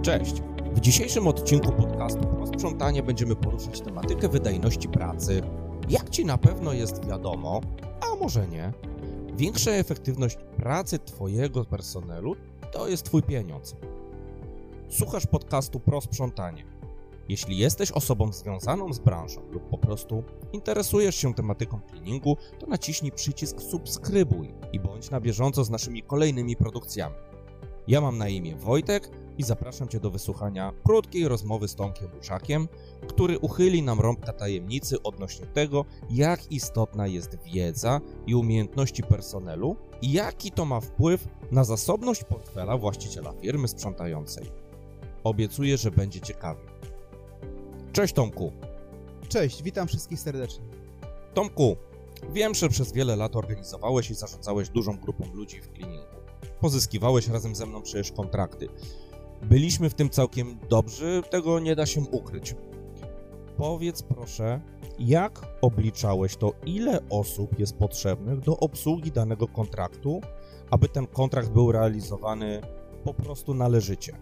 Cześć! W dzisiejszym odcinku podcastu Pro Sprzątanie będziemy poruszać tematykę wydajności pracy. Jak Ci na pewno jest wiadomo, a może nie, większa efektywność pracy Twojego personelu to jest Twój pieniądz. Słuchasz podcastu Pro Sprzątanie. Jeśli jesteś osobą związaną z branżą lub po prostu interesujesz się tematyką cleaningu, to naciśnij przycisk subskrybuj i bądź na bieżąco z naszymi kolejnymi produkcjami. Ja mam na imię Wojtek i zapraszam Cię do wysłuchania krótkiej rozmowy z Tomkiem Buszakiem, który uchyli nam rąbka tajemnicy odnośnie tego, jak istotna jest wiedza i umiejętności personelu i jaki to ma wpływ na zasobność portfela właściciela firmy sprzątającej. Obiecuję, że będzie ciekawie. Cześć Tomku! Cześć, witam wszystkich serdecznie. Tomku, wiem, że przez wiele lat organizowałeś i zarządzałeś dużą grupą ludzi w cleaningu. Pozyskiwałeś razem ze mną przecież kontrakty. Byliśmy w tym całkiem dobrzy, tego nie da się ukryć. Powiedz proszę, jak obliczałeś to, ile osób jest potrzebnych do obsługi danego kontraktu, aby ten kontrakt był realizowany po prostu należycie?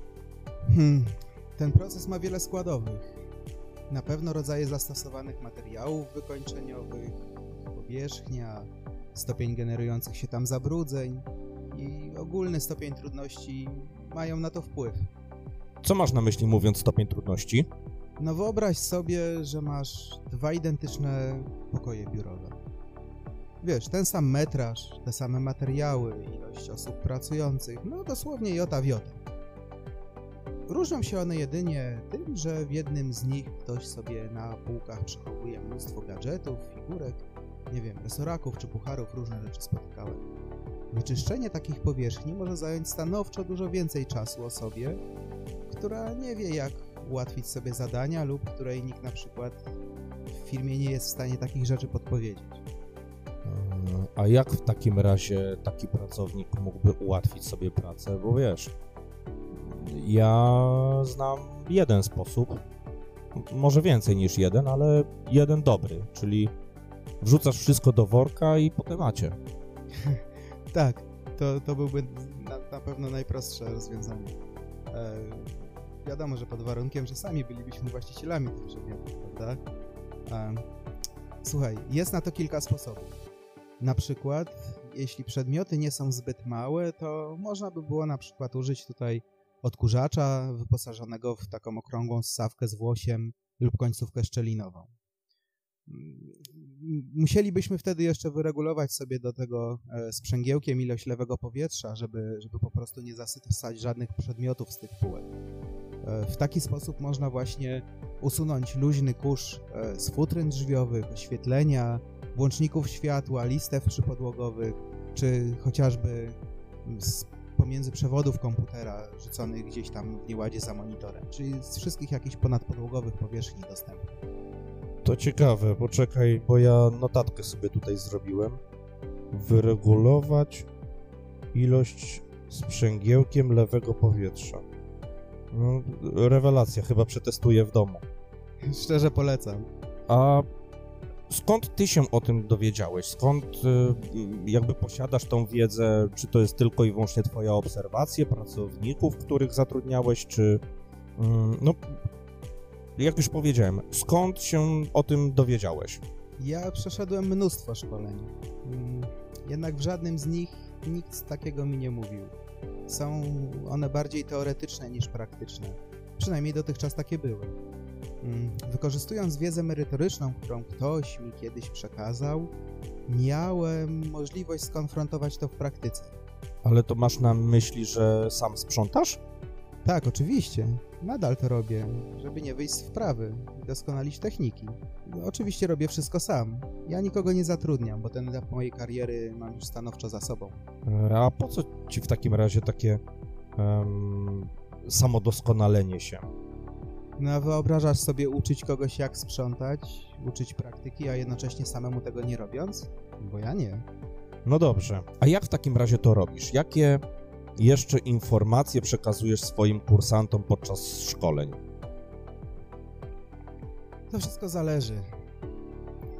Ten proces ma wiele składowych. Na pewno rodzaje zastosowanych materiałów wykończeniowych, powierzchnia, stopień generujących się tam zabrudzeń i ogólny stopień trudności mają na to wpływ. Co masz na myśli mówiąc stopień trudności? No wyobraź sobie, że masz dwa identyczne pokoje biurowe. Wiesz, ten sam metraż, te same materiały, ilość osób pracujących, no dosłownie jota w jotę. Różnią się one jedynie tym, że w jednym z nich ktoś sobie na półkach przechowuje mnóstwo gadżetów, figurek, nie wiem, resoraków czy pucharów, różne rzeczy spotykałem. Wyczyszczenie takich powierzchni może zająć stanowczo dużo więcej czasu osobie, która nie wie, jak ułatwić sobie zadania lub której nikt na przykład w firmie nie jest w stanie takich rzeczy podpowiedzieć. A jak w takim razie taki pracownik mógłby ułatwić sobie pracę? Bo wiesz, ja znam jeden sposób, może więcej niż jeden, ale jeden dobry, czyli wrzucasz wszystko do worka i po temacie. Tak, to byłby na pewno najprostsze rozwiązanie. Wiadomo, że pod warunkiem, że sami bylibyśmy właścicielami tych przedmiotów, prawda? Słuchaj, jest na to kilka sposobów. Na przykład, jeśli przedmioty nie są zbyt małe, to można by było na przykład użyć tutaj odkurzacza wyposażonego w taką okrągłą ssawkę z włosiem lub końcówkę szczelinową. Musielibyśmy wtedy jeszcze wyregulować sobie do tego sprzęgiełkiem ilość lewego powietrza, żeby po prostu nie zasypać żadnych przedmiotów z tych półek. W taki sposób można właśnie usunąć luźny kurz z futryn drzwiowych, oświetlenia, włączników światła, listew przypodłogowych, czy chociażby pomiędzy przewodów komputera rzuconych gdzieś tam w nieładzie za monitorem, czyli z wszystkich jakichś ponadpodłogowych powierzchni dostępnych. To ciekawe, poczekaj, bo ja notatkę sobie tutaj zrobiłem. Wyregulować ilość sprzęgiełkiem lewego powietrza. No, rewelacja, chyba przetestuję w domu. Szczerze polecam. A skąd ty się o tym dowiedziałeś? Skąd jakby posiadasz tą wiedzę? Czy to jest tylko i wyłącznie twoja obserwacja pracowników, których zatrudniałeś, czy... No, jak już powiedziałem, skąd się o tym dowiedziałeś? Ja przeszedłem mnóstwo szkoleń. Jednak w żadnym z nich nikt takiego mi nie mówił. Są one bardziej teoretyczne niż praktyczne. Przynajmniej dotychczas takie były. Wykorzystując wiedzę merytoryczną, którą ktoś mi kiedyś przekazał, miałem możliwość skonfrontować to w praktyce. Ale to masz na myśli, że sam sprzątasz? Tak, oczywiście. Nadal to robię, żeby nie wyjść z wprawy i doskonalić techniki. Oczywiście robię wszystko sam. Ja nikogo nie zatrudniam, bo ten etap mojej kariery mam już stanowczo za sobą. A po co ci w takim razie takie samodoskonalenie się? No wyobrażasz sobie uczyć kogoś jak sprzątać, uczyć praktyki, a jednocześnie samemu tego nie robiąc? Bo ja nie. No dobrze. A jak w takim razie to robisz? Jakie jeszcze informacje przekazujesz swoim kursantom podczas szkoleń? To wszystko zależy.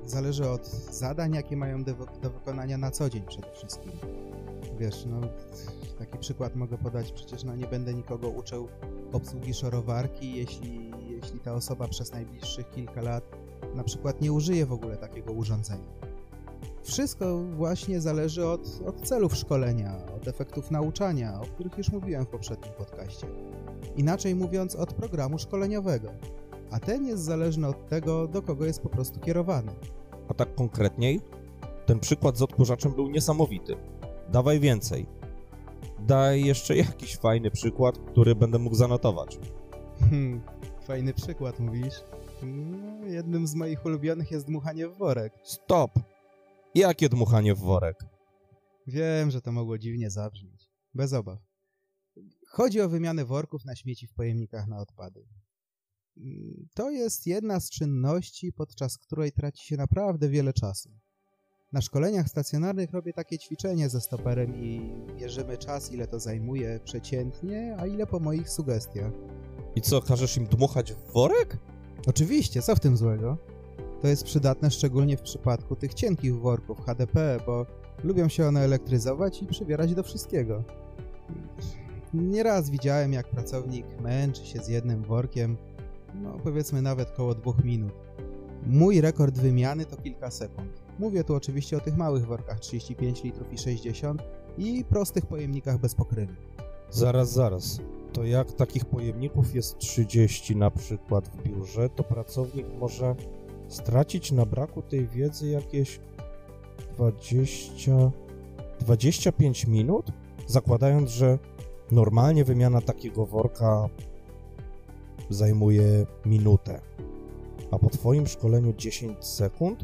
zależy od zadań, jakie mają do wykonania na co dzień przede wszystkim. Wiesz, no taki przykład mogę podać, przecież no nie będę nikogo uczył obsługi szorowarki, jeśli ta osoba przez najbliższych kilka lat na przykład nie użyje w ogóle takiego urządzenia. Wszystko właśnie zależy od celów szkolenia, od efektów nauczania, o których już mówiłem w poprzednim podcaście. Inaczej mówiąc, od programu szkoleniowego. A ten jest zależny od tego, do kogo jest po prostu kierowany. A tak konkretniej? Ten przykład z odkurzaczem był niesamowity. Dawaj więcej. Daj jeszcze jakiś fajny przykład, który będę mógł zanotować. Fajny przykład mówisz? No, jednym z moich ulubionych jest dmuchanie w worek. Stop! Jakie dmuchanie w worek? Wiem, że to mogło dziwnie zabrzmieć. Bez obaw. Chodzi o wymianę worków na śmieci w pojemnikach na odpady. To jest jedna z czynności, podczas której traci się naprawdę wiele czasu. Na szkoleniach stacjonarnych robię takie ćwiczenie ze stoperem i mierzymy czas, ile to zajmuje przeciętnie, a ile po moich sugestiach. I co, każesz im dmuchać w worek? Oczywiście, co w tym złego? To jest przydatne szczególnie w przypadku tych cienkich worków HDP, bo lubią się one elektryzować i przybierać do wszystkiego. Nieraz widziałem, jak pracownik męczy się z jednym workiem, no powiedzmy nawet koło 2 minut. Mój rekord wymiany to kilka sekund. Mówię tu oczywiście o tych małych workach 35 litrów i 60 i prostych pojemnikach bez pokrywy. Zaraz. To jak takich pojemników jest 30 na przykład w biurze, to pracownik może stracić na braku tej wiedzy jakieś 25 minut? Zakładając, że normalnie wymiana takiego worka zajmuje minutę, a po twoim szkoleniu 10 sekund?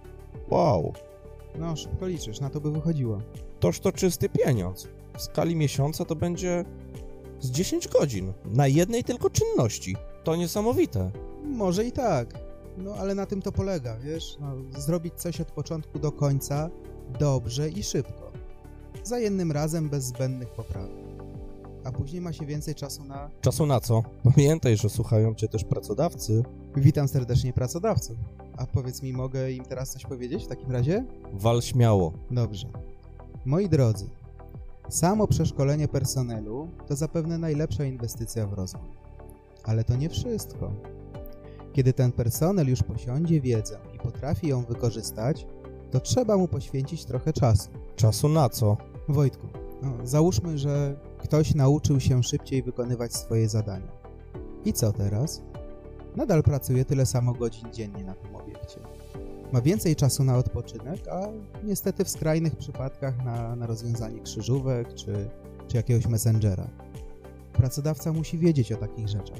Wow! No, szybko liczysz, na to by wychodziło. Toż to czysty pieniądz. W skali miesiąca to będzie z 10 godzin na jednej tylko czynności. To niesamowite. Może i tak, no ale na tym to polega, wiesz? No, zrobić coś od początku do końca dobrze i szybko. Za jednym razem bez zbędnych poprawek. A później ma się więcej czasu na... Czasu na co? Pamiętaj, że słuchają cię też pracodawcy. Witam serdecznie pracodawców. A powiedz mi, mogę im teraz coś powiedzieć w takim razie? Wal śmiało. Dobrze. Moi drodzy, samo przeszkolenie personelu to zapewne najlepsza inwestycja w rozwój. Ale to nie wszystko. Kiedy ten personel już posiądzie wiedzę i potrafi ją wykorzystać, to trzeba mu poświęcić trochę czasu. Czasu na co? Wojtku, załóżmy, że ktoś nauczył się szybciej wykonywać swoje zadania. I co teraz? Nadal pracuje tyle samo godzin dziennie na tym obiekcie. Ma więcej czasu na odpoczynek, a niestety w skrajnych przypadkach na rozwiązanie krzyżówek czy jakiegoś messengera. Pracodawca musi wiedzieć o takich rzeczach.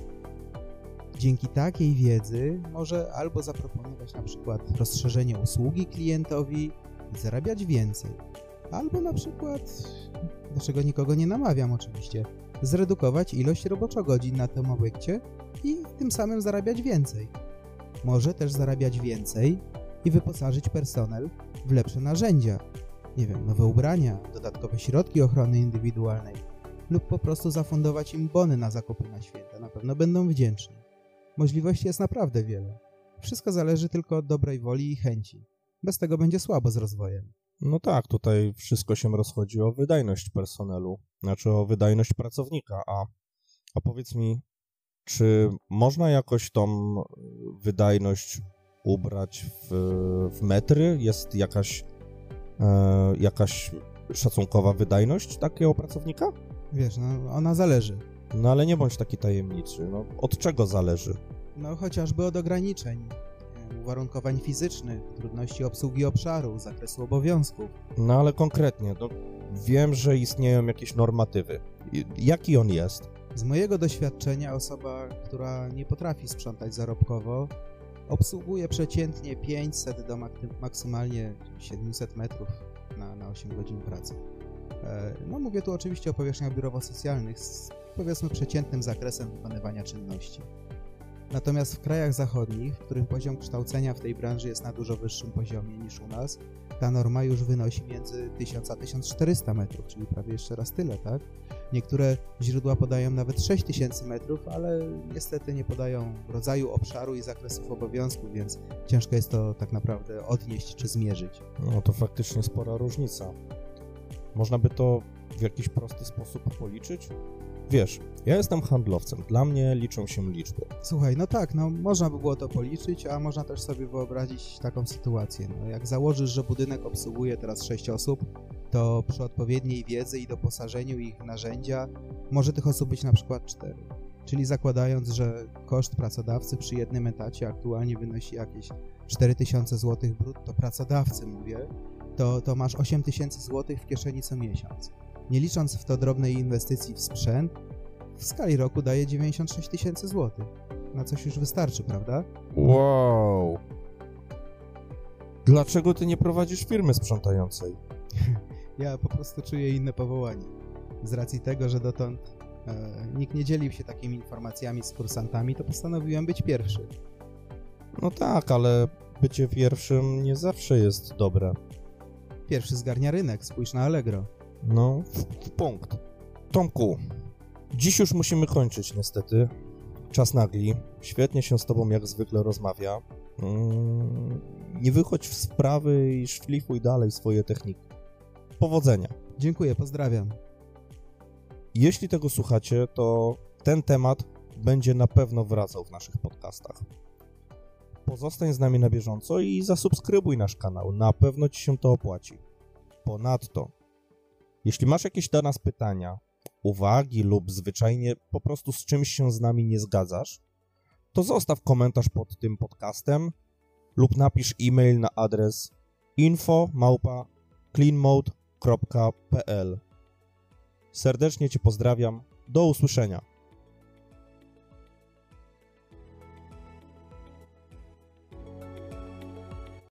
Dzięki takiej wiedzy może albo zaproponować na przykład rozszerzenie usługi klientowi i zarabiać więcej, albo na przykład, do czego nikogo nie namawiam oczywiście, zredukować ilość roboczogodzin na tym obiekcie i tym samym zarabiać więcej. Może też zarabiać więcej i wyposażyć personel w lepsze narzędzia, nie wiem, nowe ubrania, dodatkowe środki ochrony indywidualnej lub po prostu zafundować im bony na zakupy na święta. Na pewno będą wdzięczni. Możliwości jest naprawdę wiele. Wszystko zależy tylko od dobrej woli i chęci. Bez tego będzie słabo z rozwojem. No tak, tutaj wszystko się rozchodzi o wydajność personelu, znaczy o wydajność pracownika, a powiedz mi, czy można jakoś tą wydajność ubrać w metry? Jest jakaś szacunkowa wydajność takiego pracownika? Wiesz, no ona zależy. No ale nie bądź taki tajemniczy, no od czego zależy? No chociażby od ograniczeń, uwarunkowań fizycznych, trudności obsługi obszaru, zakresu obowiązków. No ale konkretnie, no wiem, że istnieją jakieś normatywy. Jaki on jest? Z mojego doświadczenia osoba, która nie potrafi sprzątać zarobkowo, obsługuje przeciętnie 500 do maksymalnie 700 metrów na 8 godzin pracy. No mówię tu oczywiście o powierzchniach biurowo-socjalnych z powiedzmy przeciętnym zakresem wykonywania czynności. Natomiast w krajach zachodnich, w którym poziom kształcenia w tej branży jest na dużo wyższym poziomie niż u nas, ta norma już wynosi między 1000 a 1400 metrów, czyli prawie jeszcze raz tyle, tak? Niektóre źródła podają nawet 6000 metrów, ale niestety nie podają rodzaju obszaru i zakresów obowiązków, więc ciężko jest to tak naprawdę odnieść czy zmierzyć. No to faktycznie spora różnica. Można by to w jakiś prosty sposób policzyć? Wiesz, ja jestem handlowcem, dla mnie liczą się liczby. Słuchaj, no tak, no można by było to policzyć, a można też sobie wyobrazić taką sytuację. No, jak założysz, że budynek obsługuje teraz 6 osób, to przy odpowiedniej wiedzy i doposażeniu ich w narzędzia może tych osób być na przykład 4. Czyli zakładając, że koszt pracodawcy przy jednym etacie aktualnie wynosi jakieś 4000 zł brutto pracodawcy, mówię, to masz 8000 zł w kieszeni co miesiąc. Nie licząc w to drobnej inwestycji w sprzęt, w skali roku daje 96 000 zł. Na coś już wystarczy, prawda? Wow! Dlaczego ty nie prowadzisz firmy sprzątającej? Ja po prostu czuję inne powołanie. Z racji tego, że dotąd nikt nie dzielił się takimi informacjami z kursantami, to postanowiłem być pierwszy. No tak, ale bycie pierwszym nie zawsze jest dobre. Pierwszy zgarnia rynek, spójrz na Allegro. No, w punkt. Tomku, dziś już musimy kończyć niestety. Czas nagli. Świetnie się z tobą jak zwykle rozmawia. Nie wychodź w sprawy i szlifuj dalej swoje techniki. Powodzenia. Dziękuję, pozdrawiam. Jeśli tego słuchacie, to ten temat będzie na pewno wracał w naszych podcastach. Pozostań z nami na bieżąco i zasubskrybuj nasz kanał. Na pewno ci się to opłaci. Ponadto, jeśli masz jakieś do nas pytania, uwagi lub zwyczajnie po prostu z czymś się z nami nie zgadzasz, to zostaw komentarz pod tym podcastem lub napisz e-mail na adres info@cleanmode.pl. Serdecznie cię pozdrawiam. Do usłyszenia.